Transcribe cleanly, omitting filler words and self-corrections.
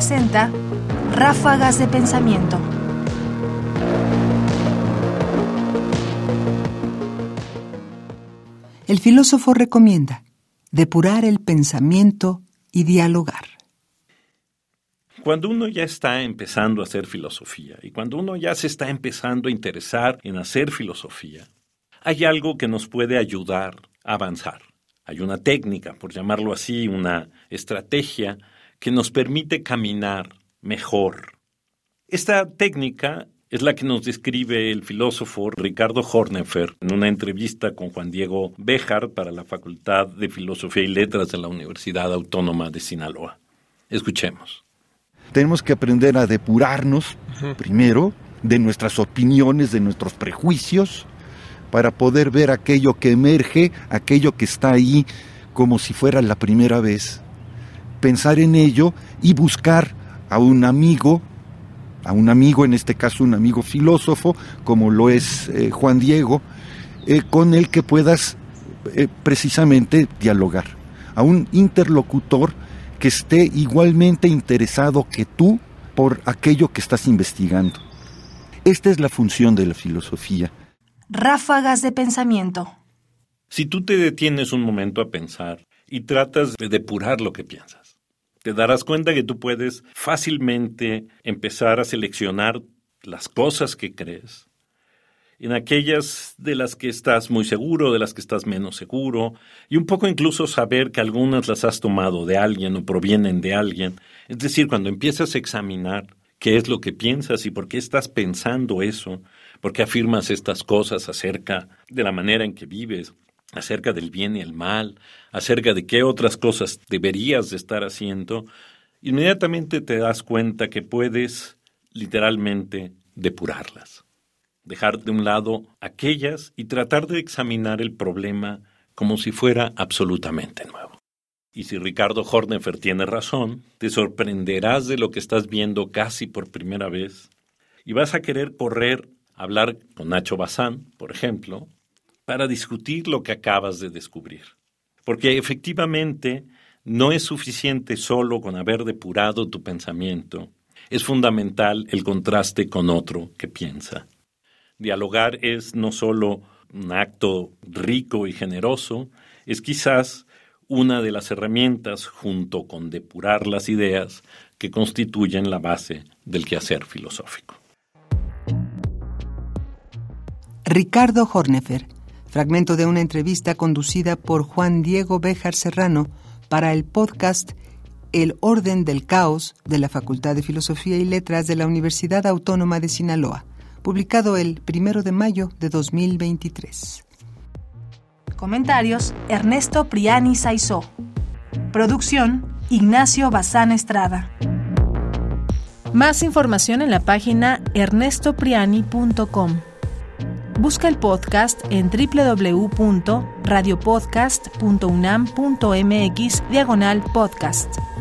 presenta Ráfagas de Pensamiento. El filósofo recomienda depurar el pensamiento y dialogar. Cuando uno ya está empezando a hacer filosofía y cuando uno ya se está empezando a interesar en hacer filosofía, hay algo que nos puede ayudar a avanzar. Hay una técnica, por llamarlo así, una estrategia que nos permite caminar mejor. Esta técnica es la que nos describe el filósofo Ricardo Horneffer en una entrevista con Juan Diego Béjar para la Facultad de Filosofía y Letras de la Universidad Autónoma de Sinaloa. Escuchemos. Tenemos que aprender a depurarnos, primero, de nuestras opiniones, de nuestros prejuicios, para poder ver aquello que emerge, aquello que está ahí como si fuera la primera vez. Pensar en ello y buscar a un amigo, en este caso un amigo filósofo, como lo es Juan Diego, con el que puedas precisamente dialogar. A un interlocutor que esté igualmente interesado que tú por aquello que estás investigando. Esta es la función de la filosofía. Ráfagas de Pensamiento. Si tú te detienes un momento a pensar y tratas de depurar lo que piensas, te darás cuenta que tú puedes fácilmente empezar a seleccionar las cosas que crees, en aquellas de las que estás muy seguro, de las que estás menos seguro, y un poco incluso saber que algunas las has tomado de alguien o provienen de alguien. Es decir, cuando empiezas a examinar qué es lo que piensas y por qué estás pensando eso, por qué afirmas estas cosas acerca de la manera en que vives, acerca del bien y el mal, acerca de qué otras cosas deberías de estar haciendo, inmediatamente te das cuenta que puedes literalmente depurarlas. Dejar de un lado aquellas y tratar de examinar el problema como si fuera absolutamente nuevo. Y si Ricardo Horneffer tiene razón, te sorprenderás de lo que estás viendo casi por primera vez y vas a querer correr a hablar con Nacho Bazán, por ejemplo, para discutir lo que acabas de descubrir. Porque efectivamente no es suficiente solo con haber depurado tu pensamiento. Es fundamental el contraste con otro que piensa. Dialogar es no solo un acto rico y generoso, es quizás una de las herramientas, junto con depurar las ideas, que constituyen la base del quehacer filosófico. Ricardo Horneffer, fragmento de una entrevista conducida por Juan Diego Béjar Serrano para el podcast El Orden del Caos de la Facultad de Filosofía y Letras de la Universidad Autónoma de Sinaloa, publicado el 1 de mayo de 2023. Comentarios: Ernesto Priani Saizó. Producción: Ignacio Bazán Estrada. Más información en la página ernestopriani.com. Busca el podcast en www.radiopodcast.unam.mx/podcast.